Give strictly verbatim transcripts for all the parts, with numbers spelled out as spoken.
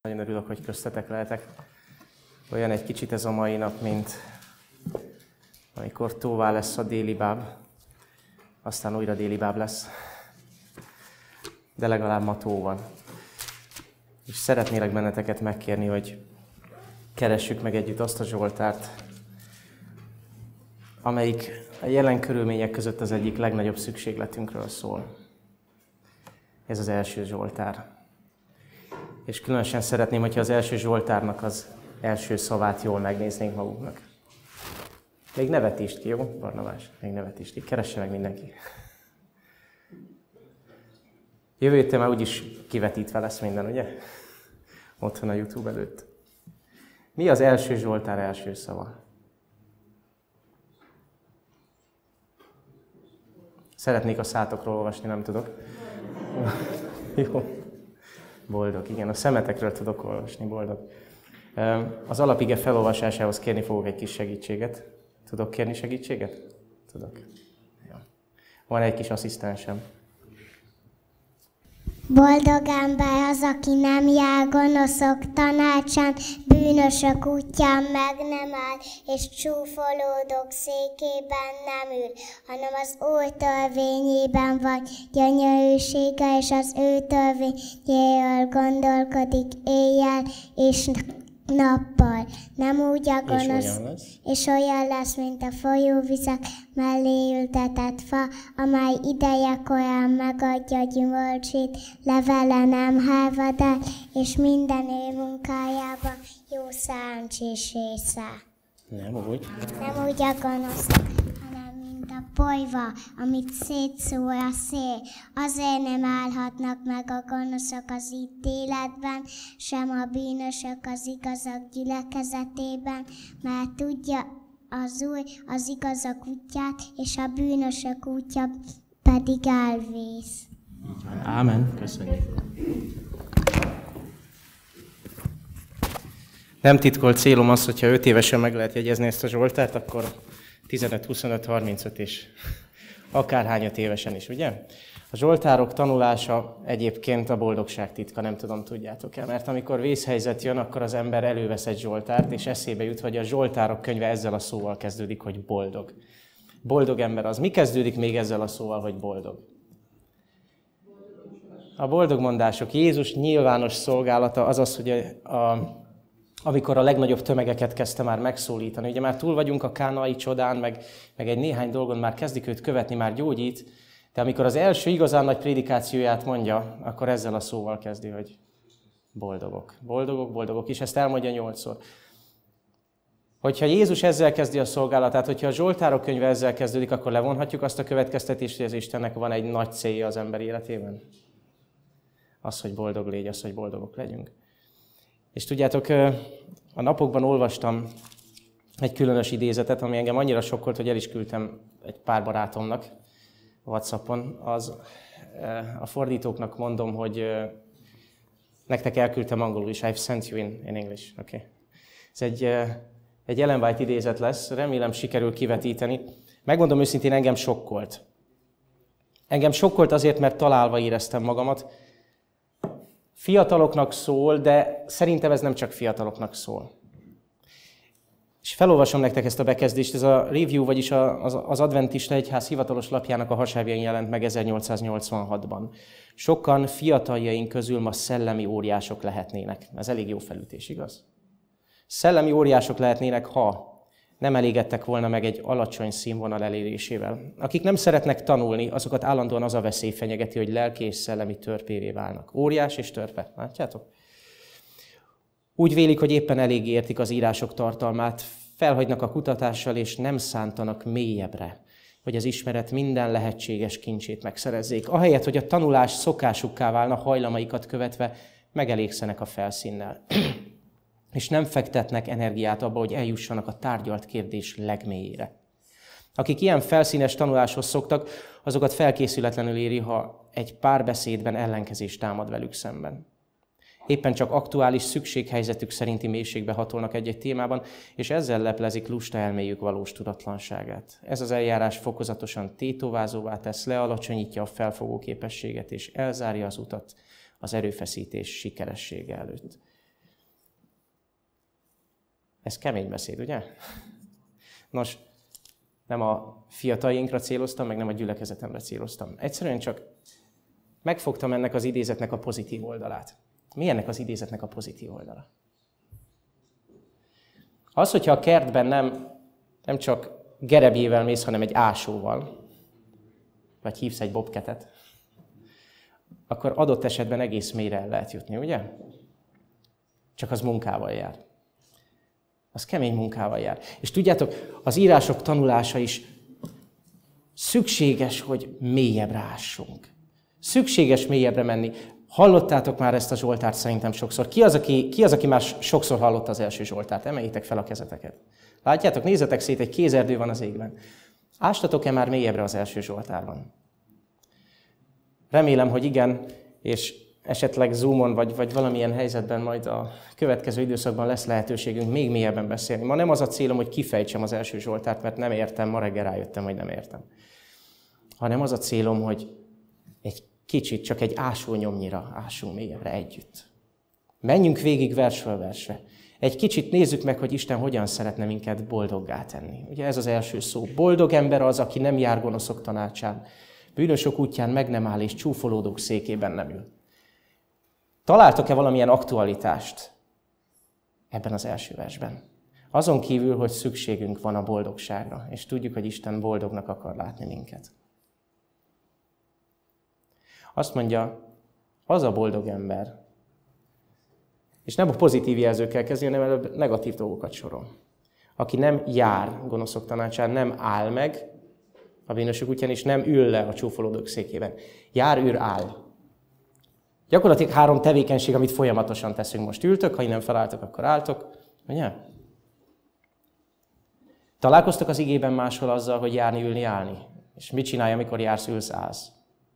Nagyon örülök, hogy köztetek lehetek. Olyan egy kicsit ez a mai nap, mint amikor tóvá lesz a déli báb, aztán újra déli báb lesz. De legalább ma tó van. És szeretnélek benneteket megkérni, hogy keressük meg együtt azt a Zsoltárt, amelyik a jelen körülmények között az egyik legnagyobb szükségletünkről szól. Ez az első Zsoltár. És különösen szeretném, hogyha az első Zsoltárnak az első szavát jól megnéznénk magunknak. Még nevetítsd ki, jó, Barnabás? Még nevetítsd ki. Keresse meg mindenki. Jövő héten már úgyis kivetítve lesz minden, ugye? Otthon a YouTube előtt. Mi az első Zsoltár első szava? Szeretnék a szátokról olvasni, nem tudok. Jó. Boldog, igen, a szemetekről tudok olvasni, boldog. Az alapige felolvasásához kérni fogok egy kis segítséget. Tudok kérni segítséget? Tudok. Ja. Van egy kis asszisztensem. Boldog ember az, aki nem jár gonoszok tanácsán, bűnösök útján meg nem áll, és csúfolódók székében nem ül, hanem az Úr törvényében van gyönyörűsége, és az ő törvényéről gondolkodik éjjel és nappal. Nem úgy a gonosz, és olyan lesz, és olyan lesz, mint a folyóvizek mellé ültetett fa, amely ideje korán megadja gyümölcsét, levele nem hárvad el, és minden ő munkájában jó szerencsés része. Nem úgy. Nem úgy a gonosz, hanem mint a polyva, amit szétszór a szél. Azért nem állhatnak meg a gonoszok az ítéletben, sem a bűnösök az igazak gyülekezetében, mert tudja az Úr az igazak útját, és a bűnösök útja pedig elvész. Ámen. Köszönjük. Nem titkolt célom az, hogyha öt évesen meg lehet jegyezni ezt a Zsoltárt, akkor tizenöt, huszonöt, harmincöt és akárhány öt évesen is, ugye? A Zsoltárok tanulása egyébként a boldogság titka, nem tudom, tudjátok-e, mert amikor vészhelyzet jön, akkor az ember elővesz egy Zsoltárt, és eszébe jut, hogy a Zsoltárok könyve ezzel a szóval kezdődik, hogy boldog. Boldog ember az. Mi kezdődik még ezzel a szóval, hogy boldog? A boldogmondások. Jézus nyilvános szolgálata az az, hogy a, a amikor a legnagyobb tömegeket kezdte már megszólítani. Ugye már túl vagyunk a kánai csodán, meg, meg egy néhány dolgon már kezdik őt követni, már gyógyít, de amikor az első igazán nagy prédikációját mondja, akkor ezzel a szóval kezdi, hogy boldogok. Boldogok, boldogok, és ezt elmondja nyolcszor. Hogyha Jézus ezzel kezdi a szolgálatát, hogyha a Zsoltárok könyve ezzel kezdődik, akkor levonhatjuk azt a következtetést, hogy az Istennek van egy nagy célja az ember életében. Az, hogy boldog légy, az, hogy boldogok legyünk. És tudjátok, a napokban olvastam egy különös idézetet, ami engem annyira sokkolt, hogy el is küldtem egy pár barátomnak WhatsAppon. Az, a fordítóknak mondom, hogy nektek elküldtem angolul is. I've sent you in, in English. Okay. Ez egy, egy Ellen White idézet lesz, remélem sikerül kivetíteni. Megmondom őszintén, engem sokkolt. Engem sokkolt azért, mert találva éreztem magamat. Fiataloknak szól, de szerintem ez nem csak fiataloknak szól. És felolvasom nektek ezt a bekezdést, ez a review, vagyis az Adventista Egyház hivatalos lapjának a hasábjain jelent meg ezernyolcszáznyolcvanhatban. Sokan fiataljaink közül ma szellemi óriások lehetnének. Ez elég jó felütés, igaz? Szellemi óriások lehetnének, ha nem elégedtek volna meg egy alacsony színvonal elérésével. Akik nem szeretnek tanulni, azokat állandóan az a veszély fenyegeti, hogy lelki és szellemi törpévé válnak. Óriás és törpe, látjátok? Úgy vélik, hogy éppen elég értik az írások tartalmát, felhagynak a kutatással és nem szántanak mélyebbre, hogy az ismeret minden lehetséges kincsét megszerezzék. Ahelyett, hogy a tanulás szokásukká válna, hajlamaikat követve megelégszenek a felszínnel. És nem fektetnek energiát abba, hogy eljussanak a tárgyalt kérdés legmélyére. Akik ilyen felszínes tanuláshoz szoktak, azokat felkészületlenül éri, ha egy párbeszédben ellenkezés támad velük szemben. Éppen csak aktuális szükséghelyzetük szerinti mélységbe hatolnak egy-egy témában, és ezzel leplezik lusta elméjük valós tudatlanságát. Ez az eljárás fokozatosan tétovázóvá tesz, lealacsonyítja a felfogó képességet, és elzárja az utat az erőfeszítés sikeressége előtt. Ez kemény beszéd, ugye? Nos, nem a fiatalinkra céloztam, meg nem a gyülekezetemre céloztam. Egyszerűen csak megfogtam ennek az idézetnek a pozitív oldalát. Mi ennek az idézetnek a pozitív oldala? Az, hogyha a kertben nem, nem csak gerebjével mész, hanem egy ásóval, vagy hívsz egy bobketet, akkor adott esetben egész mélyre el lehet jutni, ugye? Csak az munkával jár. Az kemény munkával jár. És tudjátok, az írások tanulása is szükséges, hogy mélyebbre ássunk. Szükséges mélyebbre menni. Hallottátok már ezt a Zsoltárt szerintem sokszor. Ki az, aki, ki az, aki már sokszor hallotta az első Zsoltárt? Emeljétek fel a kezeteket. Látjátok, nézzetek szét, egy kézerdő van az égben. Ástatok-e már mélyebbre az első Zsoltárban? Remélem, hogy igen, és esetleg Zoomon, vagy, vagy valamilyen helyzetben majd a következő időszakban lesz lehetőségünk még mélyebben beszélni. Ma nem az a célom, hogy kifejtsem az első Zsoltárt, mert nem értem, ma reggel rájöttem, hogy nem értem. Hanem az a célom, hogy egy kicsit, csak egy ásónyomnyira ássunk mélyebbre együtt. Menjünk végig versről versre. Egy kicsit nézzük meg, hogy Isten hogyan szeretne minket boldoggá tenni. Ugye ez az első szó. Boldog ember az, aki nem jár gonoszok tanácsán, bűnösök útján meg nem áll, és csúfolódók székében nem ül. Találtok-e valamilyen aktualitást ebben az első versben? Azon kívül, hogy szükségünk van a boldogságra, és tudjuk, hogy Isten boldognak akar látni minket. Azt mondja, az a boldog ember, és nem a pozitív jelzőkkel kezdi, hanem előbb negatív dolgokat sorol. Aki nem jár gonoszok tanácsán, nem áll meg a bűnösök útján, és nem ül le a csúfolódók székében. Jár, ül, áll. Gyakorlatilag három tevékenység, amit folyamatosan teszünk. Most ültök, ha innen felálltok, akkor álltok. Ugye? Találkoztok az igében máshol azzal, hogy járni, ülni, állni? És mit csinálja, amikor jársz, ülsz, állsz?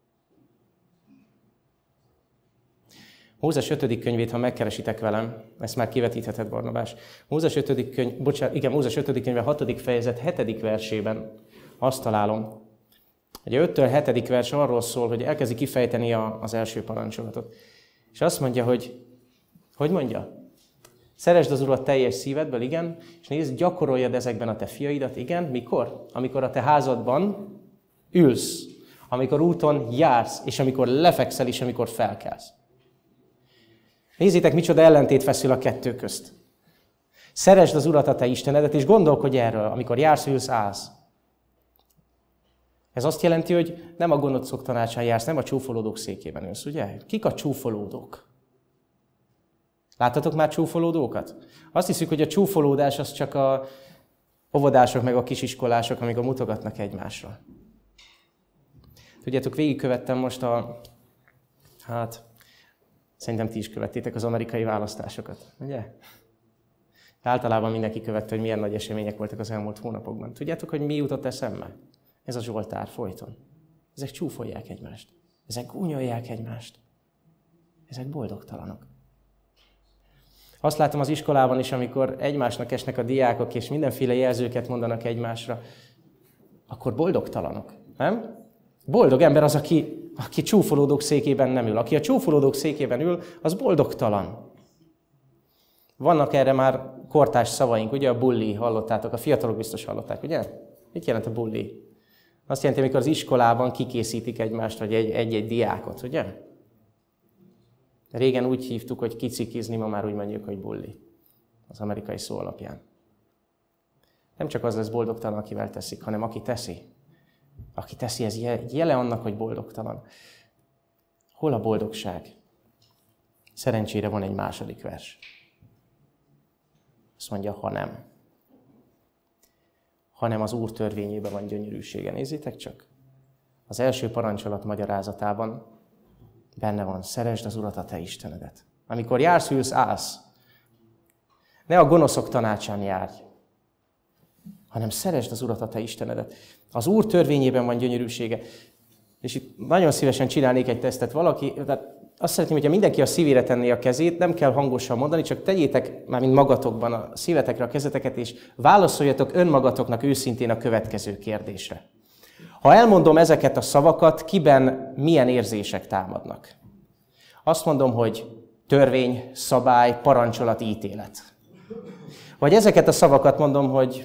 Mózes ötödik könyvét, ha megkeresitek velem, ezt már kivetítheted, Barnabás. Mózes ötödik könyv, bocsánat, igen, Mózes ötödik könyve hatodik fejezet hetedik versében azt találom, hogy a öttől hetedik vers arról szól, hogy elkezdi kifejteni a, az első parancsolatot. És azt mondja, hogy, hogy mondja? Szeresd az Urat teljes szívedből, igen, és nézd, gyakoroljad ezekben a te fiaidat, igen, mikor? Amikor a te házadban ülsz, amikor úton jársz, és amikor lefekszel, és amikor felkelsz. Nézzétek, micsoda ellentét feszül a kettő közt. Szeresd az Urat a te Istenedet, és gondolkodj erről, amikor jársz, ülsz, állsz. Ez azt jelenti, hogy nem a gonoszok tanácsán jársz, nem a csúfolódók székében ülsz, ugye? Kik a csúfolódók? Láttatok már csúfolódókat? Azt hiszük, hogy a csúfolódás az csak a óvodások meg a kisiskolások, amikor mutogatnak egymásra. Tudjátok, végigkövettem most a... Hát... Szerintem ti is követtétek az amerikai választásokat, ugye? Általában mindenki követte, hogy milyen nagy események voltak az elmúlt hónapokban. Tudjátok, hogy mi jutott eszembe? Ez a Zsoltár folyton. Ezek csúfolják egymást. Ezek gúnyolják egymást. Ezek boldogtalanok. Azt látom az iskolában is, amikor egymásnak esnek a diákok, és mindenféle jelzőket mondanak egymásra, akkor boldogtalanok, nem? Boldog ember az, aki aki csúfolódók székében nem ül. Aki a csúfolódók székében ül, az boldogtalan. Vannak erre már kortárs szavaink, ugye a bulli, hallottátok, a fiatalok biztos hallották, ugye? Mit jelent a bulli? Azt jelenti, amikor az iskolában kikészítik egymást, vagy egy-egy diákot, ugye? Régen úgy hívtuk, hogy kicikizni, ma már úgy mondjuk, hogy bulli. Az amerikai szó alapján. Nem csak az lesz boldogtalan, akivel teszik, hanem aki teszi. Aki teszi, ez jele annak, hogy boldogtalan. Hol a boldogság? Szerencsére van egy második vers. Azt mondja, ha nem. Hanem az Úr törvényében van gyönyörűsége. Nézzétek csak. Az első parancsolat magyarázatában benne van, szeresd az Urat a te Istenedet. Amikor jársz, ülsz, állsz. Ne a gonoszok tanácsán járj, hanem szeresd az Urat a te Istenedet. Az Úr törvényében van gyönyörűsége. És itt nagyon szívesen csinálnék egy tesztet. Valaki, tehát azt szeretném, hogyha mindenki a szívére tenné a kezét, nem kell hangosan mondani, csak tegyétek már mint magatokban a szívetekre a kezeteket, és válaszoljatok önmagatoknak őszintén a következő kérdésre. Ha elmondom ezeket a szavakat, kiben milyen érzések támadnak? Azt mondom, hogy törvény, szabály, parancsolat, ítélet. Vagy ezeket a szavakat mondom, hogy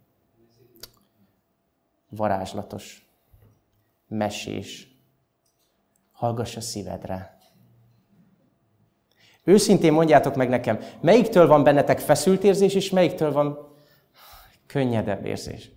varázslatos, mesés, hallgass a szívedre. Őszintén mondjátok meg nekem, melyiktől van bennetek feszült érzés, és melyiktől van könnyedebb érzés?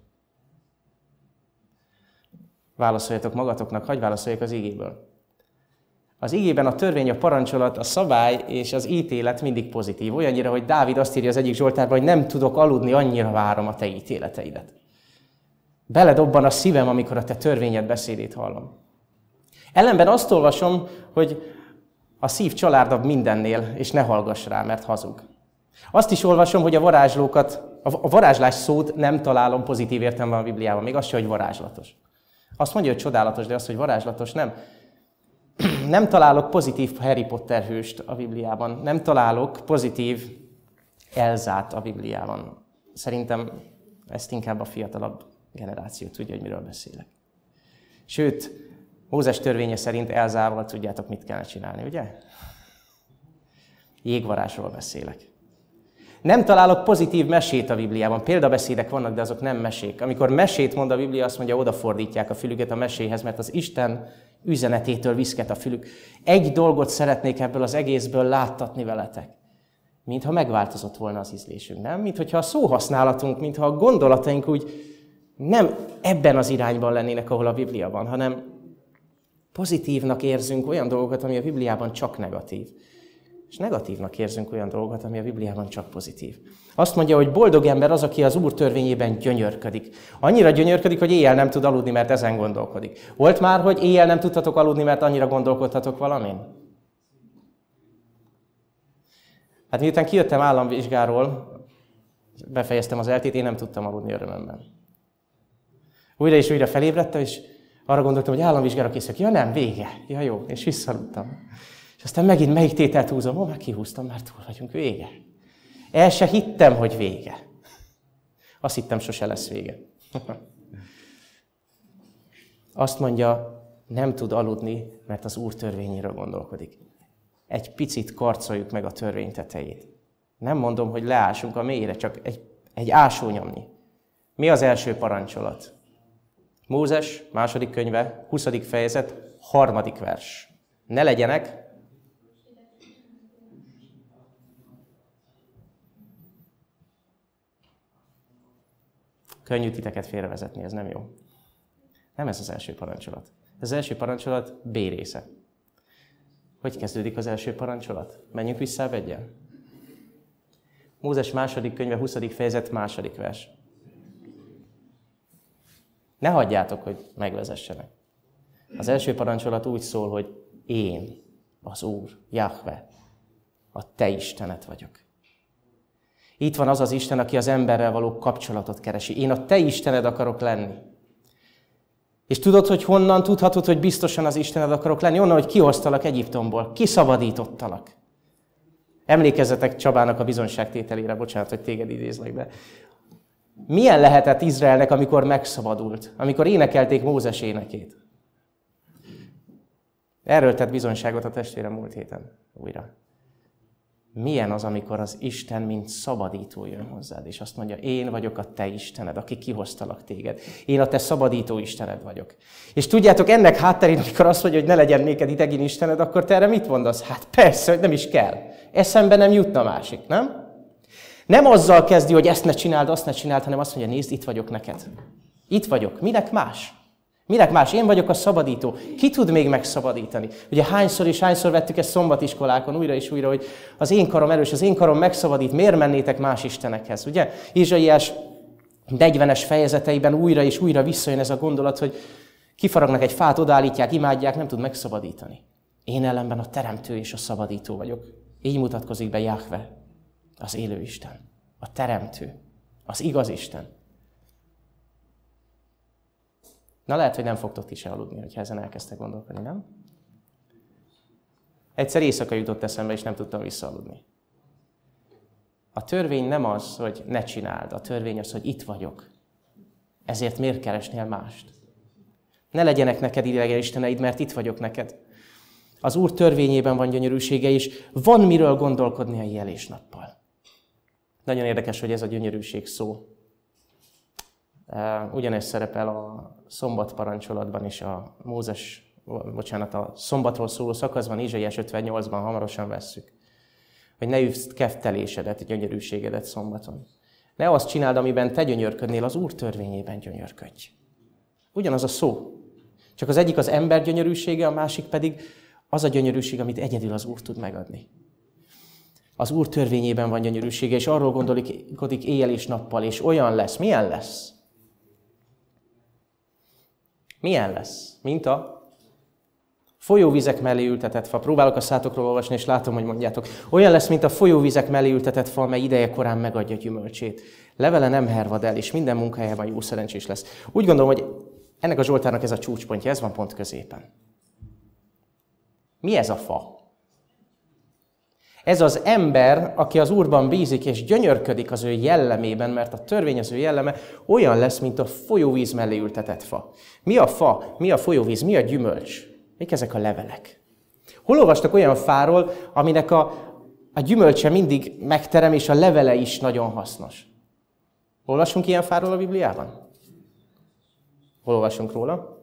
Válaszoljatok magatoknak, hagyj válaszoljak az igéből. Az igében a törvény, a parancsolat, a szabály és az ítélet mindig pozitív. Olyannyira, hogy Dávid azt írja az egyik Zsoltárban, hogy nem tudok aludni, annyira várom a te ítéleteidet. Beledobban a szívem, amikor a te törvényed beszédét hallom. Ellenben azt olvasom, hogy a szív csalárdabb mindennél, és ne hallgass rá, mert hazug. Azt is olvasom, hogy a varázslókat, a varázslás szót nem találom pozitív értelemben a Bibliában, még azt sem, hogy varázslatos. Azt mondja, hogy csodálatos, de azt, hogy varázslatos, nem. Nem találok pozitív Harry Potter hőst a Bibliában. Nem találok pozitív Elzát a Bibliában. Szerintem ezt inkább a fiatalabb generáció tudja, hogy miről beszélek. Sőt, Mózes törvénye szerint Elzával tudjátok, mit kellene csinálni, ugye? Jégvarázsról beszélek. Nem találok pozitív mesét a Bibliában. Példabeszédek vannak, de azok nem mesék. Amikor mesét mond a Biblia, azt mondja, odafordítják a fülüket a meséhez, mert az Isten üzenetétől viszket a fülük. Egy dolgot szeretnék ebből az egészből láttatni veletek. Mintha megváltozott volna az ízlésünk, nem? Mintha a szóhasználatunk, mintha a gondolataink úgy nem ebben az irányban lennének, ahol a Biblia van, hanem pozitívnak érzünk olyan dolgokat, ami a Bibliában csak negatív. És negatívnak érzünk olyan dolgokat, ami a Bibliában csak pozitív. Azt mondja, hogy boldog ember az, aki az Úr törvényében gyönyörködik. Annyira gyönyörködik, hogy éjjel nem tud aludni, mert ezen gondolkodik. Volt már, hogy éjjel nem tudtatok aludni, mert annyira gondolkodtatok valamin? Hát miután kijöttem államvizsgáról, befejeztem az eltét, én nem tudtam aludni örömömben. Újra és újra felébredtem, és arra gondoltam, hogy államvizsgára készülök. Ja nem, vége. Ja jó, és visszaludtam. És aztán megint melyik tételt húzom? Ó, már kihúztam, már túl vagyunk, vége. El se hittem, hogy vége. Azt hittem, sose lesz vége. Azt mondja, nem tud aludni, mert az Úr törvényéről gondolkodik. Egy picit karcoljuk meg a törvény tetejét. Nem mondom, hogy leásunk a mélyre, csak egy, egy ásónyomnyi. Mi az első parancsolat? Mózes, második könyve, huszadik fejezet, harmadik vers. Ne legyenek könnyű titeket félrevezetni, ez nem jó. Nem ez az első parancsolat. Az első parancsolat B része. Hogy kezdődik az első parancsolat? Menjünk vissza egyel. Mózes második könyve, huszadik fejezet, második vers. Ne hagyjátok, hogy megvezessenek. Az első parancsolat úgy szól, hogy én, az Úr, Jahve, a te Istened vagyok. Itt van az az Isten, aki az emberrel való kapcsolatot keresi. Én a te Istened akarok lenni. És tudod, hogy honnan tudhatod, hogy biztosan az Istened akarok lenni? Onnan, hogy kihoztalak Egyiptomból, kiszabadítottalak. Emlékezzetek Csabának a bizonságtételére, bocsánat, hogy téged idézlek, de milyen lehetett Izraelnek, amikor megszabadult, amikor énekelték Mózes énekét? Erről tett bizonyságot a testvérem múlt héten újra. Milyen az, amikor az Isten, mint szabadító jön hozzád, és azt mondja, én vagyok a te Istened, aki kihoztalak téged. Én a te szabadító Istened vagyok. És tudjátok, ennek hátterén, amikor azt mondja, hogy ne legyen néked idegin Istened, akkor te erre mit mondasz? Hát persze, hogy nem is kell. Eszembe nem jutna másik, nem? Nem azzal kezdi, hogy ezt ne csináld, azt ne csináld, hanem azt mondja, nézd, itt vagyok neked. Itt vagyok. Minek más? Minek más? Én vagyok a szabadító. Ki tud még megszabadítani? Ugye hányszor és hányszor vettük ezt szombatiskolákon újra és újra, hogy az én karom erős, az én karom megszabadít, miért mennétek más istenekhez? Ugye? Ézsaiás negyvenes fejezeteiben újra és újra visszajön ez a gondolat, hogy kifaragnak egy fát, odaállítják, imádják, nem tud megszabadítani. Én ellenben a teremtő és a szabadító vagyok. Így mutatkozik be Jahve, az élő Isten, a teremtő, az igaz Isten. Na lehet, hogy nem fogtok ti se aludni, hogyha ezen elkezdtek gondolkodni, nem? Egyszer éjszaka jutott eszembe, és nem tudtam visszaaludni. A törvény nem az, hogy ne csináld, a törvény az, hogy itt vagyok. Ezért miért keresnél mást? Ne legyenek neked idegen isteneid, mert itt vagyok neked. Az Úr törvényében van gyönyörűsége is, van miről gondolkodni a éjjel és nappal. Nagyon érdekes, hogy ez a gyönyörűség szó. Ugyanezt szerepel a szombatparancsolatban is, a Mózes, bocsánat, a szombatról szóló szakaszban, Ézsaiás ötvennyolcban hamarosan vesszük. Hogy ne üsd keftelésedet, gyönyörűségedet szombaton. Ne azt csináld, amiben te gyönyörködnél, az Úr törvényében gyönyörködj. Ugyanaz a szó. Csak az egyik az ember gyönyörűsége, a másik pedig az a gyönyörűség, amit egyedül az Úr tud megadni. Az Úr törvényében van gyönyörűsége, és arról gondolkodik éjjel és nappal, és olyan lesz. Milyen lesz? Milyen lesz? Mint a folyóvizek mellé ültetett fa. Próbálok a szátokról olvasni, és látom, hogy mondjátok. Olyan lesz, mint a folyóvizek mellé ültetett fa, mely ideje korán megadja gyümölcsét. Levele nem hervad el, és minden munkájában jó szerencsés lesz. Úgy gondolom, hogy ennek a Zsoltárnak ez a csúcspontja, ez van pont középen. Mi ez a fa? Ez az ember, aki az Úrban bízik, és gyönyörködik az ő jellemében, mert a törvény az ő jelleme, olyan lesz, mint a folyóvíz mellé ültetett fa. Mi a fa? Mi a folyóvíz? Mi a gyümölcs? Mik ezek a levelek? Hol olvastak olyan fáról, aminek a, a gyümölcse mindig megterem, és a levele is nagyon hasznos? Olvasunk ilyen fáról a Bibliában? Hol olvasunk róla?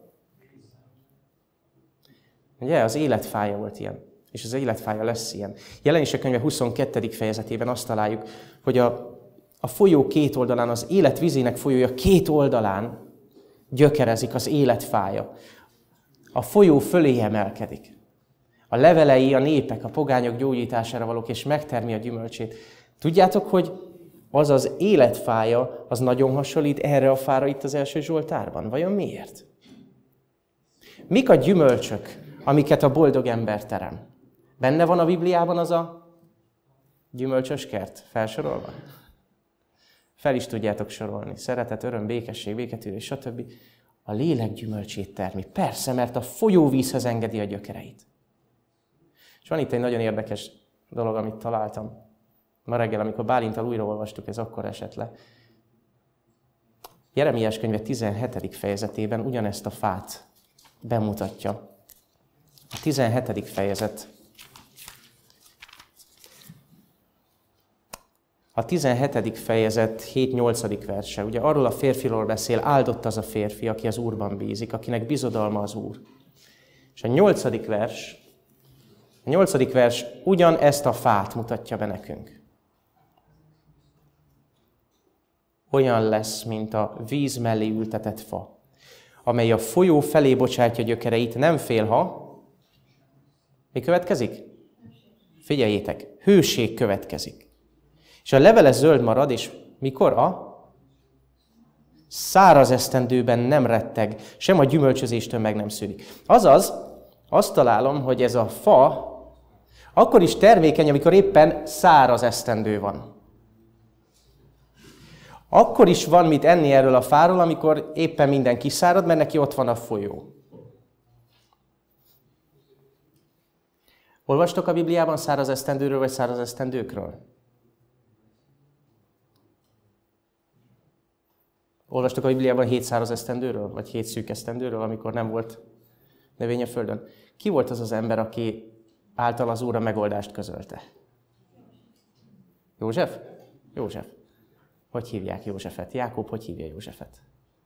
Ugye, az életfája volt ilyen. És az életfája lesz ilyen. Jelenések könyve huszonkettedik fejezetében azt találjuk, hogy a, a folyó két oldalán, az élet vizének folyója két oldalán gyökerezik az életfája. A folyó fölé emelkedik. A levelei a népek, a pogányok gyógyítására valók, és megtermi a gyümölcsét. Tudjátok, hogy az az életfája, az nagyon hasonlít erre a fára itt az első Zsoltárban? Vajon miért? Mik a gyümölcsök, amiket a boldog ember terem? Benne van a Bibliában az a gyümölcsös kert felsorolva? Fel is tudjátok sorolni. Szeretet, öröm, békesség, béketűrés, stb. A lélek gyümölcsét termi. Persze, mert a folyóvízhez engedi a gyökereit. És van itt egy nagyon érdekes dolog, amit találtam. Ma reggel, amikor Bálinttal újra olvastuk, ez akkor esett le. Jeremiás könyve tizenhetedik fejezetében ugyanezt a fát bemutatja. A tizenhetedik fejezet. A tizenhetedik fejezet hét-nyolcadik verse. Ugye arról a férfiról beszél, áldott az a férfi, aki az Úrban bízik, akinek bizodalma az Úr. És a nyolcadik vers, a nyolcadik vers ugyanezt a fát mutatja be nekünk. Olyan lesz, mint a víz mellé ültetett fa, amely a folyó felé bocsátja gyökereit, nem fél, ha... Mi következik? Figyeljétek, hőség következik. És a levele zöld marad, és mikor? A száraz esztendőben nem retteg, sem a gyümölcsözéstől meg nem szűnik. Azaz, azt találom, hogy ez a fa akkor is termékeny, amikor éppen száraz esztendő van. Akkor is van mit enni erről a fáról, amikor éppen minden kiszárad, mert neki ott van a folyó. Olvastok a Bibliában száraz esztendőről, vagy száraz esztendőkről? Olvastok a Bibliában hét száraz esztendőről, vagy hét szűk esztendőről, amikor nem volt növény a földön? Ki volt az az ember, aki által az Úr a megoldást közölte? József? József. Hogy hívják Józsefet? Jákob, hogy hívja Józsefet?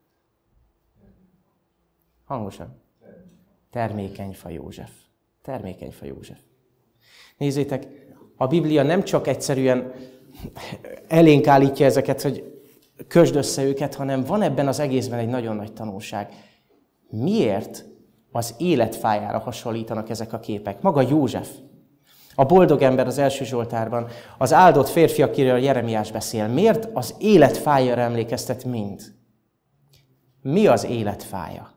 Hangosan. Termékeny fa József. Termékeny fa József. Nézzétek, a Biblia nem csak egyszerűen elénk állítja ezeket, hogy kösd össze őket, hanem van ebben az egészben egy nagyon nagy tanulság. Miért az életfájára hasonlítanak ezek a képek? Maga József, a boldog ember az első Zsoltárban, az áldott férfi, akiről Jeremiás beszél. Miért az életfájára emlékeztet mind? Mi az életfája?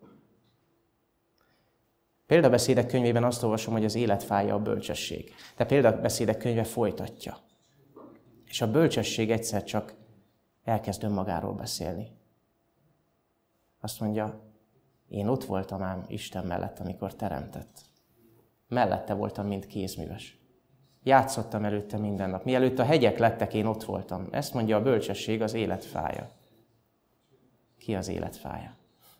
Példabeszédek könyvében azt olvasom, hogy az életfája a bölcsesség. De Példabeszédek könyve folytatja. És a bölcsesség egyszer csak elkezd önmagáról beszélni. Azt mondja, én ott voltam ám Isten mellett, amikor teremtett. Mellette voltam, mint kézműves. Játszottam előtte minden nap. Mielőtt a hegyek lettek, én ott voltam. Ezt mondja a bölcsesség, az életfája. Ki az életfája?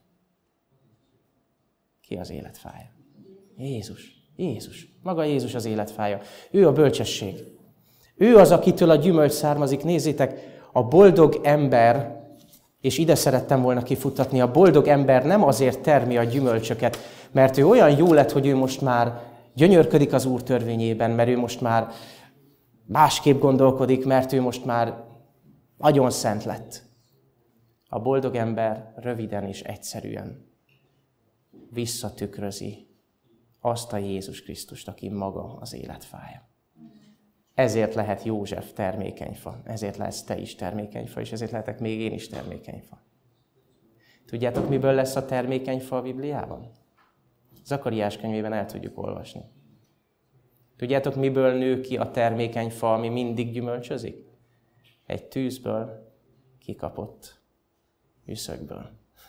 Ki az életfája? Jézus. Jézus. Maga Jézus az életfája. Ő a bölcsesség. Ő az, akitől a gyümölcs származik. Nézzétek, a boldog ember, és ide szerettem volna kifuttatni, a boldog ember nem azért termi a gyümölcsöket, mert ő olyan jó lett, hogy ő most már gyönyörködik az Úr törvényében, mert ő most már másképp gondolkodik, mert ő most már nagyon szent lett. A boldog ember röviden és egyszerűen visszatükrözi azt a Jézus Krisztust, aki maga az életfája. Ezért lehet József termékenyfa, ezért lehetsz te is termékenyfa, és ezért lehetek még én is termékenyfa. Tudjátok, miből lesz a termékenyfa a Bibliában? Zakariás könyvében el tudjuk olvasni. Tudjátok, miből nő ki a termékenyfa, ami mindig gyümölcsözik? Egy tűzből kikapott üszögből.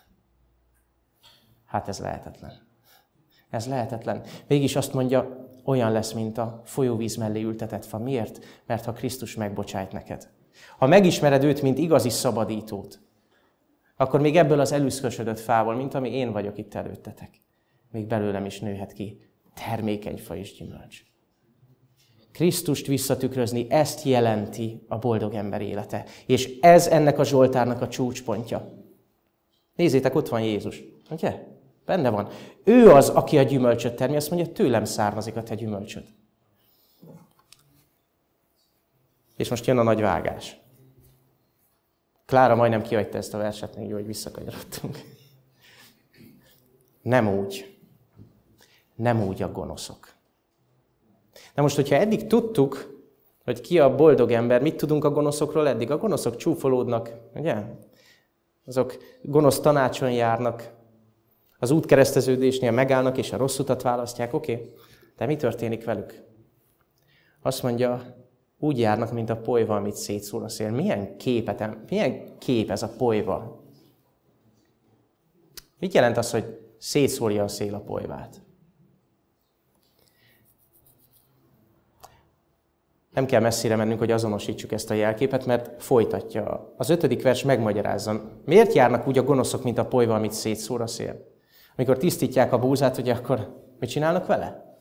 Hát ez lehetetlen. Ez lehetetlen. Mégis azt mondja, olyan lesz, mint a folyóvíz mellé ültetett fa. Miért? Mert ha Krisztus megbocsájt neked. Ha megismered őt, mint igazi szabadítót, akkor még ebből az elüszkösödött fával, mint ami én vagyok itt előttetek, még belőlem is nőhet ki termékeny fa és gyümölcs. Krisztust visszatükrözni, ezt jelenti a boldog ember élete. És ez ennek a Zsoltárnak a csúcspontja. Nézzétek, ott van Jézus. Ugye? Benne van. Ő az, aki a gyümölcsöt termi, azt mondja, tőlem származik a te gyümölcsöd. És most jön a nagy vágás. Klára majdnem kihagyta ezt a verset, még jó, hogy visszakanyarodtunk. Nem úgy. Nem úgy a gonoszok. Na most, hogyha eddig tudtuk, hogy ki a boldog ember, mit tudunk a gonoszokról eddig? A gonoszok csúfolódnak, ugye? Azok gonosz tanácson járnak, az útkereszteződésnél megállnak, és a rossz utat választják, oké? Okay. De mi történik velük? Azt mondja, úgy járnak, mint a polyva, amit szétszór a szél. Milyen képet, milyen kép ez a polyva? Mit jelent az, hogy szétszórja a szél a polyvát? Nem kell messzire mennünk, hogy azonosítsuk ezt a jelképet, mert folytatja. Az ötödik vers megmagyarázza. Miért járnak úgy a gonoszok, mint a polyva, amit szétszór a szél? Amikor tisztítják a búzát, ugye akkor mit csinálnak vele?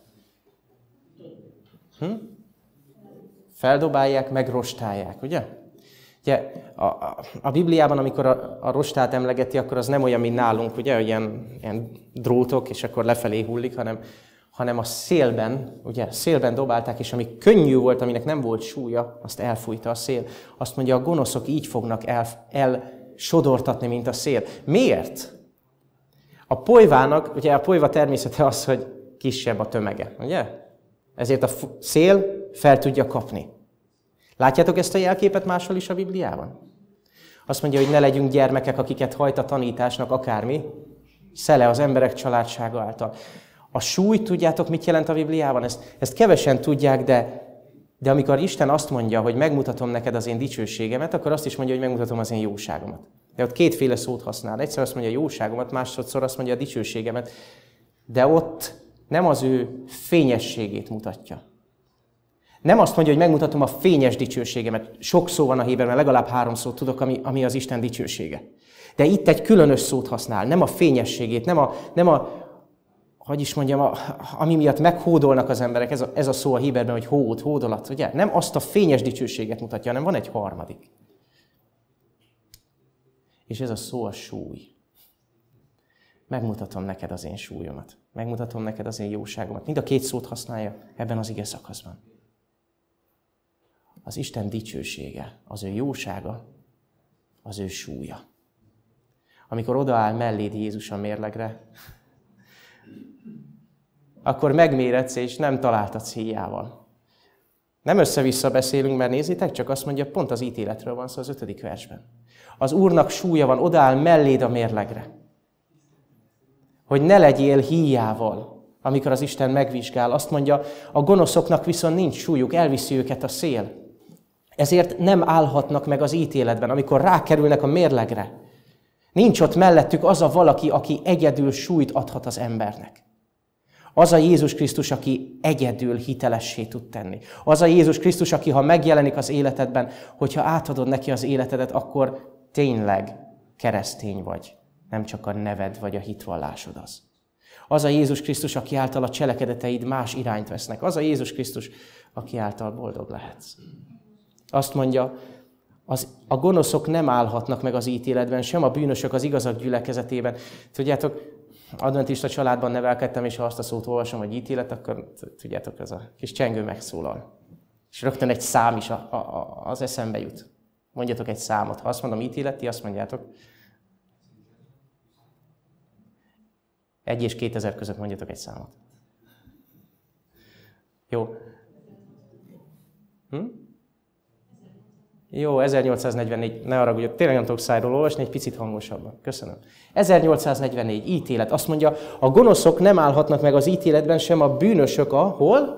Hm? Feldobálják, meg rostálják, ugye? Ugye a, a, a Bibliában, amikor a, a rostát emlegeti, akkor az nem olyan, mint nálunk, ugye, ilyen, ilyen drótok, és akkor lefelé hullik, hanem, hanem a szélben, ugye, szélben dobálták, és ami könnyű volt, aminek nem volt súlya, azt elfújta a szél. Azt mondja, a gonoszok így fognak el, elsodortatni, mint a szél. Miért? A polyvának, ugye a polyva természete az, hogy kisebb a tömege, ugye? Ezért a szél fel tudja kapni. Látjátok ezt a jelképet máshol is a Bibliában? Azt mondja, hogy ne legyünk gyermekek, akiket hajt a tanításnak akármi, szele az emberek családsága által. A súly, tudjátok, mit jelent a Bibliában? Ezt, ezt kevesen tudják, de, de amikor Isten azt mondja, hogy megmutatom neked az én dicsőségemet, akkor azt is mondja, hogy megmutatom az én jóságomat. De ott kétféle szót használ. Egyszer azt mondja a jóságomat, másodszor azt mondja a dicsőségemet. De ott nem az ő fényességét mutatja. Nem azt mondja, hogy megmutatom a fényes dicsőségemet. Sok szó van a héberben, legalább három szót tudok, ami, ami az Isten dicsősége. De itt egy különös szót használ. Nem a fényességét, nem a, nem a hogy is mondjam, a, ami miatt meghódolnak az emberek. Ez a, ez a szó a héberben, hogy hód, hódolat. Ugye? Nem azt a fényes dicsőséget mutatja, hanem van egy harmadik. És ez a szó a súly. Megmutatom neked az én súlyomat. Megmutatom neked az én jóságomat. Mind a két szót használja ebben az ige szakaszban. Az Isten dicsősége, az ő jósága, az ő súlya. Amikor odaáll melléd Jézus a mérlegre, akkor megméretsz, és nem találtatsz híjával. Nem össze-vissza beszélünk, mert nézzétek, csak azt mondja, pont az ítéletről van szó az ötödik versben. Az Úrnak súlya van, odaáll melléd a mérlegre. Hogy ne legyél híjával, amikor az Isten megvizsgál. Azt mondja, a gonoszoknak viszont nincs súlyuk, elviszi őket a szél. Ezért nem állhatnak meg az ítéletben, amikor rákerülnek a mérlegre. Nincs ott mellettük az a valaki, aki egyedül súlyt adhat az embernek. Az a Jézus Krisztus, aki egyedül hitelessé tud tenni. Az a Jézus Krisztus, aki ha megjelenik az életedben, hogyha átadod neki az életedet, akkor tényleg keresztény vagy. Nem csak a neved vagy a hitvallásod az. Az a Jézus Krisztus, aki által a cselekedeteid más irányt vesznek. Az a Jézus Krisztus, aki által boldog lehetsz. Azt mondja, az, a gonoszok nem állhatnak meg az ítéletben, sem a bűnösök az igazak gyülekezetében. Tudjátok, adventista családban nevelkedtem, és ha azt a szót olvasom, hogy ítélet, akkor tudjátok, ez a kis csengő megszólal. És rögtön egy szám is a, a, a, az eszembe jut. Mondjatok egy számot. Ha azt mondom ítélet, ti azt mondjátok. Egy és kétezer között mondjatok egy számot. Jó. Hm? Jó, ezernyolcszáznegyvennégy, ne arra, hogy tényleg nem tudok szájról olvasni, egy picit hangosabban. Köszönöm. ezernyolcszáznegyvennégy, ítélet. Azt mondja, a gonoszok nem állhatnak meg az ítéletben, sem a bűnösök a hol?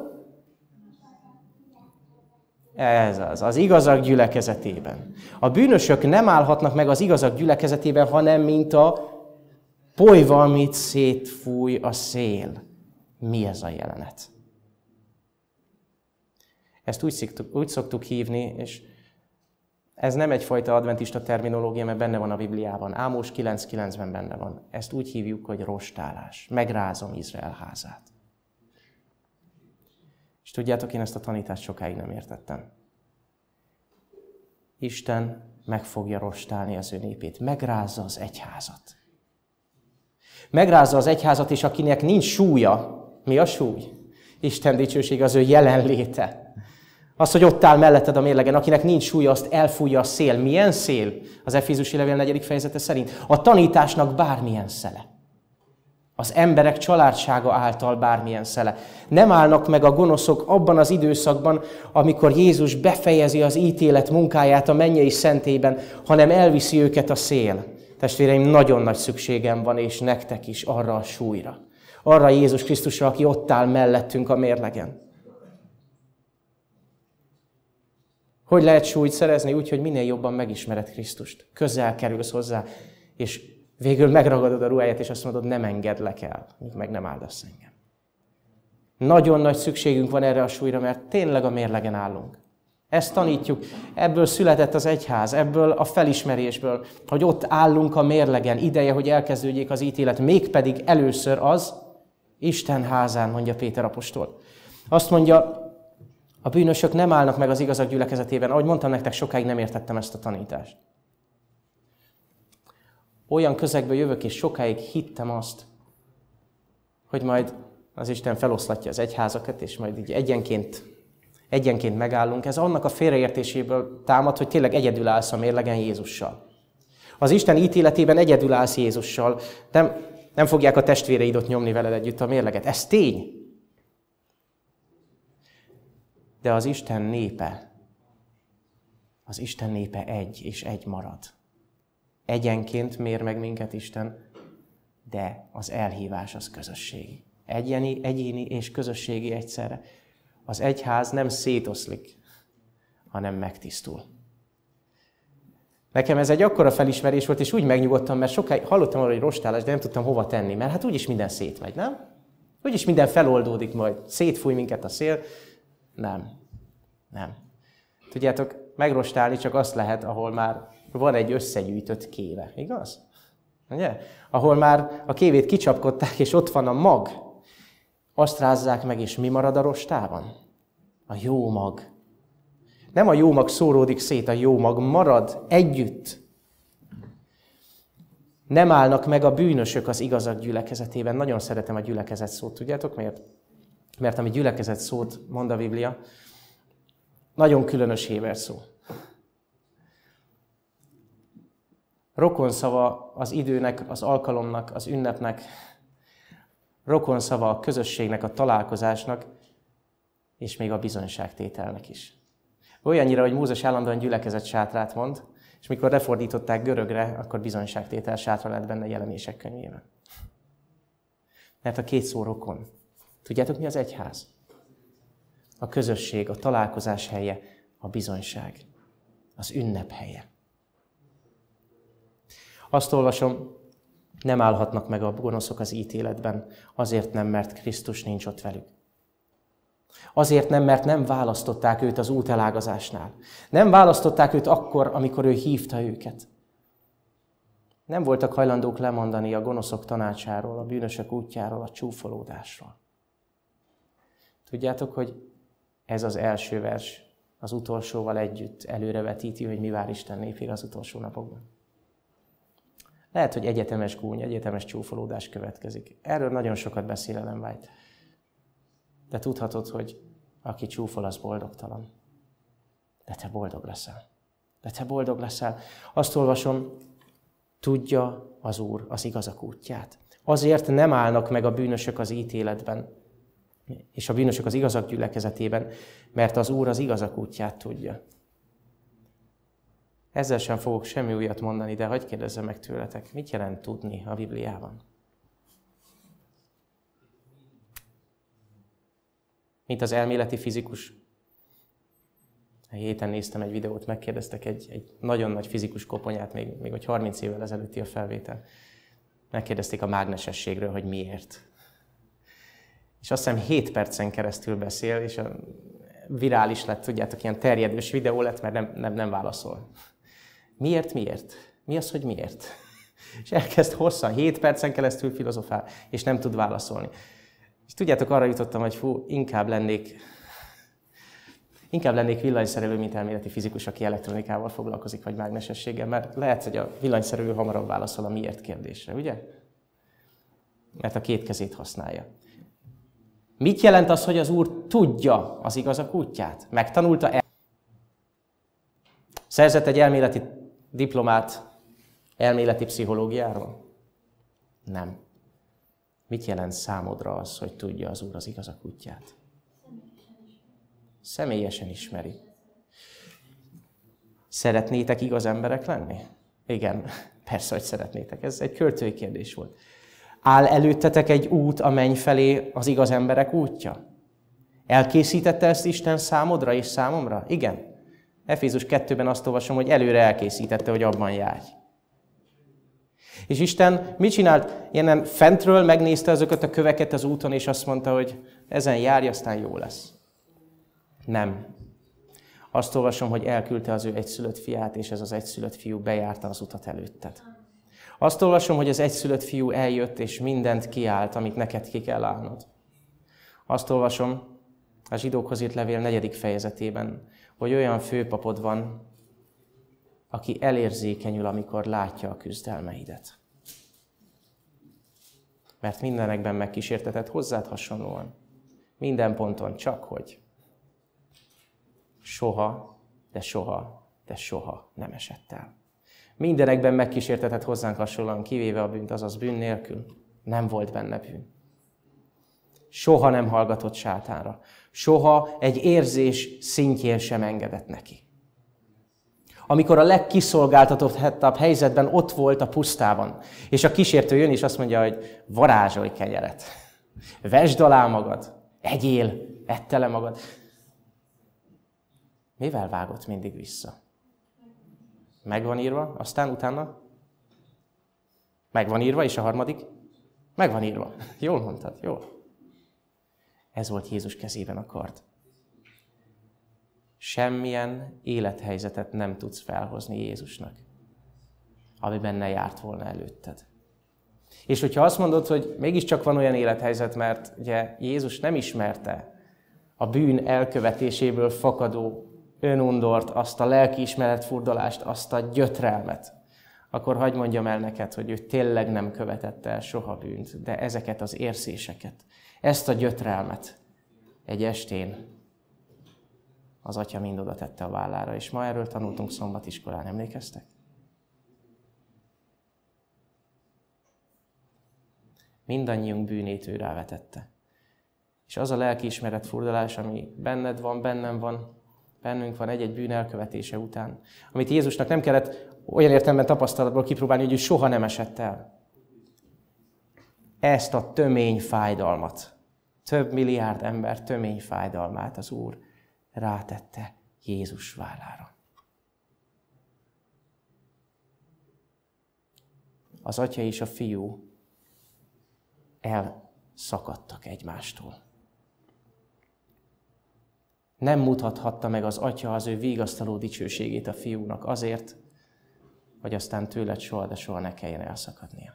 Ez az, az igazak gyülekezetében. A bűnösök nem állhatnak meg az igazak gyülekezetében, hanem mint a polyva, amit szétfúj a szél. Mi ez a jelenet? Ezt úgy szoktuk, úgy szoktuk hívni, és ez nem egyfajta adventista terminológia, mert benne van a Bibliában. Ámós kilenc kilencben benne van. Ezt úgy hívjuk, hogy rostálás. Megrázom Izrael házát. És tudjátok, én ezt a tanítást sokáig nem értettem. Isten meg fogja rostálni az ő népét. Megrázza az egyházat. Megrázza az egyházat, és akinek nincs súlya. Mi a súly? Isten dicsőség az ő jelenléte. Az, hogy ott áll melletted a mérlegen, akinek nincs súlya, azt elfújja a szél. Milyen szél? Az Efézusi levél negyedik fejezete szerint. A tanításnak bármilyen szele. Az emberek családsága által bármilyen szele. Nem állnak meg a gonoszok abban az időszakban, amikor Jézus befejezi az ítélet munkáját a mennyei szentélyben, hanem elviszi őket a szél. Testvéreim, nagyon nagy szükségem van, és nektek is arra a súlyra. Arra Jézus Krisztusra, aki ott áll mellettünk a mérlegen. Hogy lehet súlyt szerezni? Úgy, hogy minél jobban megismered Krisztust. Közel kerülsz hozzá, és végül megragadod a ruháját, és azt mondod, nem engedlek el, míg meg nem áldasz engem. Nagyon nagy szükségünk van erre a súlyra, mert tényleg a mérlegen állunk. Ezt tanítjuk, ebből született az egyház, ebből a felismerésből, hogy ott állunk a mérlegen, ideje, hogy elkezdődjék az ítélet, mégpedig először az Isten házán, mondja Péter apostol. Azt mondja, a bűnösök nem állnak meg az igazak gyülekezetében. Ahogy mondtam nektek, sokáig nem értettem ezt a tanítást. Olyan közegből jövök, és sokáig hittem azt, hogy majd az Isten feloszlatja az egyházakat, és majd így egyenként, egyenként megállunk. Ez annak a félreértéséből támad, hogy tényleg egyedül állsz a mérlegen Jézussal. Az Isten ítéletében egyedül állsz Jézussal. Nem, nem fogják a testvéreid ott nyomni veled együtt a mérleget. Ez tény. De az Isten népe, az Isten népe egy és egy marad. Egyenként mér meg minket Isten, de az elhívás az közösségi. Egyéni, egyéni és közösségi egyszerre. Az egyház nem szétoszlik, hanem megtisztul. Nekem ez egy akkora felismerés volt, és úgy megnyugodtam, mert sokáig hallottam arra, hogy rostálás, de nem tudtam hova tenni, mert hát úgyis minden szétmegy, nem? Úgyis minden feloldódik majd, szétfúj minket a szél. Nem. Nem. Tudjátok, megrostálni csak azt lehet, ahol már van egy összegyűjtött kéve, igaz? Ugye? Ahol már a kévét kicsapkodták, és ott van a mag. Azt rázzák meg, és mi marad a rostában? A jó mag. Nem a jó mag szóródik szét, a jó mag marad együtt. Nem állnak meg a bűnösök az igazak gyülekezetében. Nagyon szeretem a gyülekezet szót, tudjátok miért? Mert ami gyülekezet szót mond a Biblia, nagyon különös héber szó. Rokonszava az időnek, az alkalomnak, az ünnepnek, rokonszava a közösségnek, a találkozásnak, és még a bizonyságtételnek is. Olyannyira, hogy Mózes állandóan gyülekezet sátrát mond, és mikor lefordították görögre, akkor bizonyságtétel sátra lett benne Jelenések könyvében. Mert a két szó rokon. Tudjátok, mi az egyház? A közösség, a találkozás helye, a bizonyság, az ünnep helye. Azt olvasom, nem állhatnak meg a gonoszok az ítéletben, azért nem, mert Krisztus nincs ott velük. Azért nem, mert nem választották őt az útelágazásnál. Nem választották őt akkor, amikor ő hívta őket. Nem voltak hajlandók lemondani a gonoszok tanácsáról, a bűnösök útjáról, a csúfolódásról. Tudjátok, hogy ez az első vers az utolsóval együtt előrevetíti, hogy mi vár Isten népére az utolsó napokban. Lehet, hogy egyetemes gúny, egyetemes csúfolódás következik. Erről nagyon sokat beszél Ellen White. De tudhatod, hogy aki csúfol, az boldogtalan. De te boldog leszel. De te boldog leszel. Azt olvasom, tudja az Úr az igazak útját. Azért nem állnak meg a bűnösök az ítéletben, és a bűnösök az igazak gyülekezetében, mert az Úr az igazak útját tudja. Ezzel sem fogok semmi újat mondani, de hadd kérdezzem meg tőletek, mit jelent tudni a Bibliában? Mint az elméleti fizikus. A héten néztem egy videót, megkérdeztek egy, egy nagyon nagy fizikus koponyát, még, még hogy harminc évvel ezelőtti a felvétel. Megkérdezték a mágnesességről, hogy miért. És azt hiszem hét percen keresztül beszél, és a virális lett, tudjátok, ilyen terjedős videó lett, mert nem, nem, nem válaszol. Miért, miért? Mi az, hogy miért? És elkezd hosszan, hét percen keresztül filozofál, és nem tud válaszolni. És tudjátok, arra jutottam, hogy fú, inkább lennék, inkább lennék villanyszerelő, mint elméleti fizikus, aki elektronikával foglalkozik, vagy mágnesességgel, mert lehet, hogy a villanyszerelő hamarabb válaszol a miért kérdésre, ugye? Mert a két kezét használja. Mit jelent az, hogy az Úr tudja az igazak útját? Megtanulta el? Szerzett egy elméleti diplomát elméleti pszichológiáról? Nem. Mit jelent számodra az, hogy tudja az Úr az igazak útját? Személyesen ismeri. Szeretnétek igaz emberek lenni? Igen, persze, hogy szeretnétek. Ez egy költői kérdés volt. Áll előttetek egy út a menny felé, az igaz emberek útja? Elkészítette ezt Isten számodra és számomra? Igen. Efézus kettőben azt olvasom, hogy előre elkészítette, hogy abban járj. És Isten mit csinált? Ilyen fentről megnézte ezeket a köveket az úton, és azt mondta, hogy ezen járj, aztán jó lesz. Nem. Azt olvasom, hogy elküldte az ő egyszülött fiát, és ez az egyszülött fiú bejárta az utat előtted. Azt olvasom, hogy az egyszülött fiú eljött, és mindent kiállt, amit neked ki kell állnod. Azt olvasom a Zsidókhoz írt levél negyedik fejezetében, hogy olyan főpapod van, aki elérzékenyül, amikor látja a küzdelmeidet. Mert mindenekben megkísértetett hozzád hasonlóan. Minden ponton, csak hogy soha, de soha, de soha nem esett el. Mindenekben megkísértetett hozzánk hasonlóan, kivéve a bűnt, azaz bűn nélkül. Nem volt benne bűn. Soha nem hallgatott sátánra. Soha egy érzés szintjén sem engedett neki. Amikor a legkiszolgáltatottabb helyzetben ott volt a pusztában, és a kísértő jön, és azt mondja, hogy varázsolj kenyeret. Vesd alá magad, egyél, edd tele magad. Mivel vágott mindig vissza? Megvan írva, aztán utána? Megvan írva, és a harmadik? Megvan írva. Jól mondtad, jól. Ez volt Jézus kezében a kard. Semmilyen élethelyzetet nem tudsz felhozni Jézusnak, amiben ne járt volna előtted. És hogyha azt mondod, hogy mégiscsak van olyan élethelyzet, mert ugye Jézus nem ismerte a bűn elkövetéséből fakadó önundort, azt a lelkiismeret furdalást, azt a gyötrelmet, akkor hadd mondjam el neked, hogy ő tényleg nem követett el soha bűnt, de ezeket az érzéseket, ezt a gyötrelmet egy estén az Atya mind oda tette a vállára, és ma erről tanultunk szombatiskolán, emlékeztek? Mindannyiunk bűnét ő rávetette. És az a lelkiismeret furdalás, ami benned van, bennem van, bennünk van egy-egy bűn elkövetése után, amit Jézusnak nem kellett olyan értelemben tapasztalatból kipróbálni, hogy ő soha nem esett el. Ezt a tömény fájdalmat, több milliárd ember tömény fájdalmát az Úr rátette Jézus vállára. Az Atya és a Fiú elszakadtak egymástól. Nem mutathatta meg az Atya az ő vigasztaló dicsőségét a Fiúnak azért, hogy aztán tőled soha, de soha ne kelljen elszakadnia.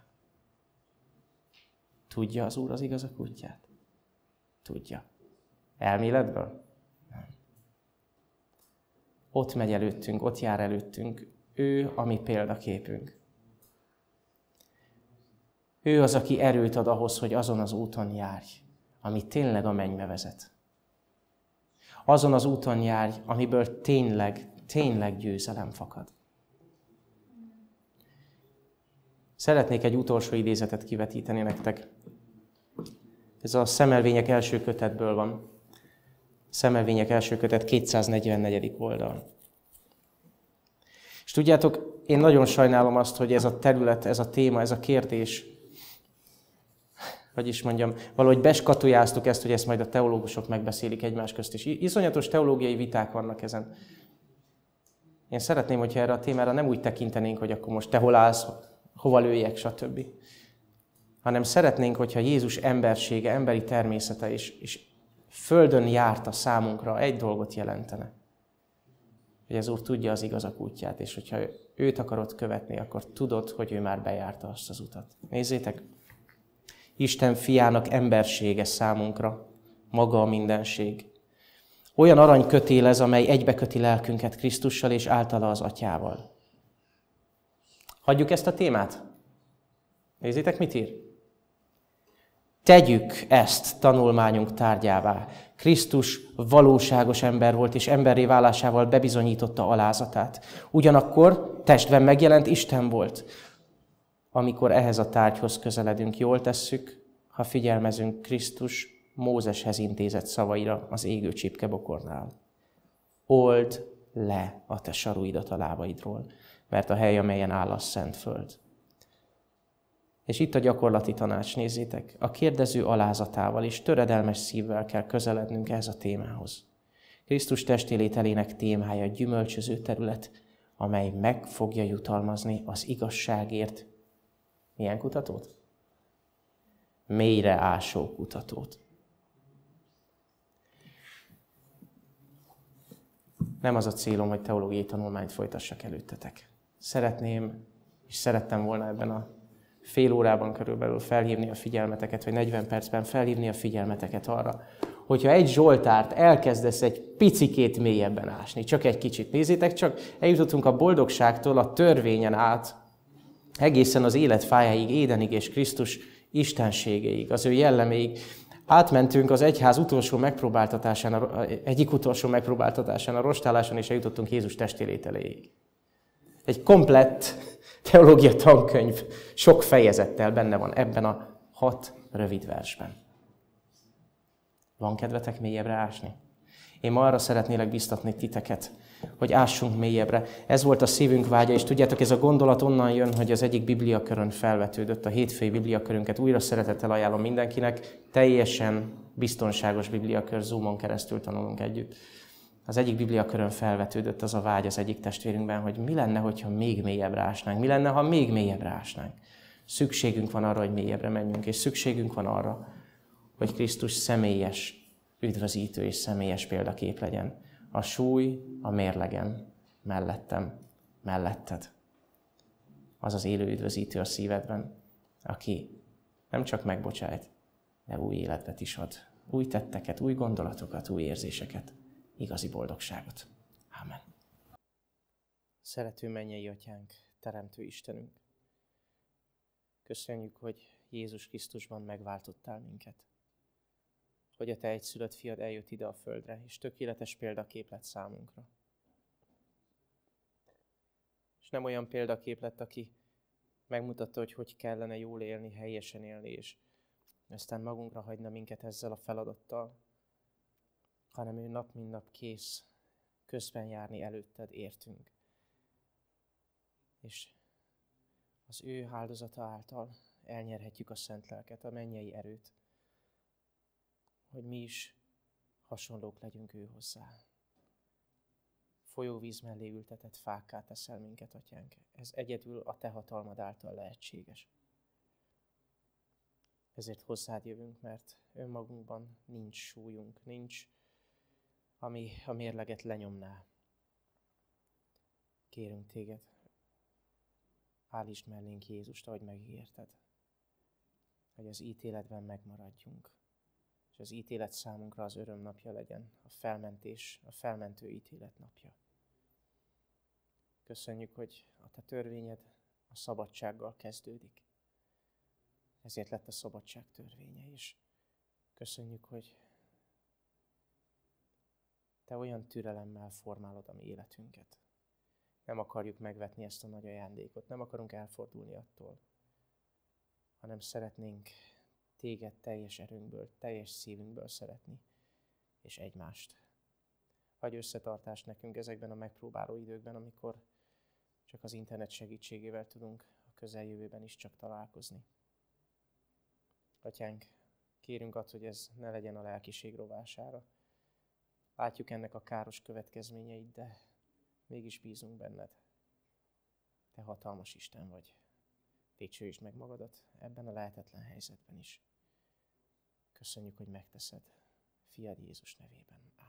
Tudja az Úr az igazak útját? Tudja. Elméletből? Nem. Ott megy előttünk, ott jár előttünk. Ő a mi példaképünk. Ő az, aki erőt ad ahhoz, hogy azon az úton járj, ami tényleg a mennybe vezet. Azon az úton járj, amiből tényleg, tényleg győzelem fakad. Szeretnék egy utolsó idézetet kivetíteni nektek. Ez a Szemelvények első kötetből van. Szemelvények első kötet kétszáznegyvennegyedik oldal. És tudjátok, én nagyon sajnálom azt, hogy ez a terület, ez a téma, ez a kérdés, hogy is mondjam, valahogy beskatujáztuk ezt, hogy ezt majd a teológusok megbeszélik egymás közt, és iszonyatos teológiai viták vannak ezen. Én szeretném, hogyha erre a témára nem úgy tekintenénk, hogy akkor most te hol állsz, hova lőjek, stb. Hanem szeretnénk, hogyha Jézus embersége, emberi természete és, és földön járta számunkra, egy dolgot jelentene. Hogy az Úr tudja az igazak útját, és hogyha őt akarod követni, akkor tudod, hogy ő már bejárta azt az utat. Nézzétek! Isten fiának embersége számunkra, maga a mindenség. Olyan aranykötél ez, amely egybeköti lelkünket Krisztussal és általa az Atyával. Hagyjuk ezt a témát? Nézzétek, mit ír? Tegyük ezt tanulmányunk tárgyává. Krisztus valóságos ember volt, és emberré válásával bebizonyította alázatát. Ugyanakkor testben megjelent Isten volt. Amikor ehhez a tárgyhoz közeledünk, jól tesszük, ha figyelmezünk Krisztus Mózeshez intézett szavaira az égő csipkebokornál. Old le a te saruidat a lábaidról, mert a hely, amelyen áll a szent föld. És itt a gyakorlati tanács, nézzétek, a kérdező alázatával és töredelmes szívvel kell közelednünk ehhez a témához. Krisztus testélételének témája gyümölcsöző terület, amely meg fogja jutalmazni az igazságért. Milyen kutatót? Mélyre ásó kutatót. Nem az a célom, hogy teológiai tanulmányt folytassak előttetek. Szeretném, és szerettem volna ebben a fél órában körülbelül felhívni a figyelmeteket, vagy negyven percben felhívni a figyelmeteket arra, hogyha egy Zsoltárt elkezdesz egy picikét mélyebben ásni, csak egy kicsit. Nézzétek, csak eljutottunk a boldogságtól a törvényen át, egészen az élet fájáig, Édenig és Krisztus istenségéig, az ő jelleméig. Átmentünk az egyház utolsó megpróbáltatásán, egyik utolsó megpróbáltatásán, a rostáláson, és eljutottunk Jézus testélételéig. Egy komplett teológia tankönyv sok fejezettel benne van ebben a hat rövid versben. Van kedvetek mélyebbre ásni? Én ma arra szeretnélek biztatni titeket, hogy ássunk mélyebbre. Ez volt a szívünk vágya, és tudjátok, ez a gondolat onnan jön, hogy az egyik bibliakörön felvetődött, a hétfői bibliakörünket újra szeretettel ajánlom mindenkinek, teljesen biztonságos bibliakör, Zoomon keresztül tanulunk együtt. Az egyik bibliakörön felvetődött az a vágy az egyik testvérünkben, hogy mi lenne, hogyha még mélyebbre ásnánk, mi lenne, ha még mélyebbre ásnánk. Szükségünk van arra, hogy mélyebbre menjünk, és szükségünk van arra, hogy Krisztus személyes üdvözítő és személyes példakép legyen. A súly a mérlegen, mellettem, melletted. Az az élő üdvözítő a szívedben, aki nem csak megbocsájt, de új életet is ad. Új tetteket, új gondolatokat, új érzéseket, igazi boldogságot. Ámen. Szerető mennyei Atyánk, Teremtő Istenünk, köszönjük, hogy Jézus Krisztusban megváltottál minket. Hogy a te egyszülött fiad eljött ide a földre, és tökéletes példakép lett számunkra. És nem olyan példakép lett, aki megmutatta, hogy hogy kellene jól élni, helyesen élni, és aztán magunkra hagyna minket ezzel a feladattal, hanem ő nap mint nap kész közben járni előtted, értünk. És az ő áldozata által elnyerhetjük a szent lelket, a mennyei erőt, hogy mi is hasonlók legyünk ő hozzá. Folyóvíz mellé ültetett fákká teszel minket, Atyánk. Ez egyedül a te hatalmad által lehetséges. Ezért hozzád jövünk, mert önmagunkban nincs súlyunk, nincs, ami a mérleget lenyomná. Kérünk téged, állítsd mellénk Jézust, ahogy megígérted, hogy az ítéletben megmaradjunk, és az ítélet számunkra az öröm napja legyen, a felmentés, a felmentő ítélet napja. Köszönjük, hogy a te törvényed a szabadsággal kezdődik. Ezért lett a szabadság törvénye is. Köszönjük, hogy te olyan türelemmel formálod a mi életünket. Nem akarjuk megvetni ezt a nagy ajándékot, nem akarunk elfordulni attól, hanem szeretnénk téged teljes erőnkből, teljes szívünkből szeretni, és egymást. Adj összetartást nekünk ezekben a megpróbáló időkben, amikor csak az internet segítségével tudunk a közeljövőben is csak találkozni. Atyánk, kérünk azt, hogy ez ne legyen a lelkiség rovására. Látjuk ennek a káros következményeit, de mégis bízunk benned. Te hatalmas Isten vagy. Dicsőítsd meg magadat ebben a lehetetlen helyzetben is. Köszönjük, hogy megteszed. Fiad Jézus nevében.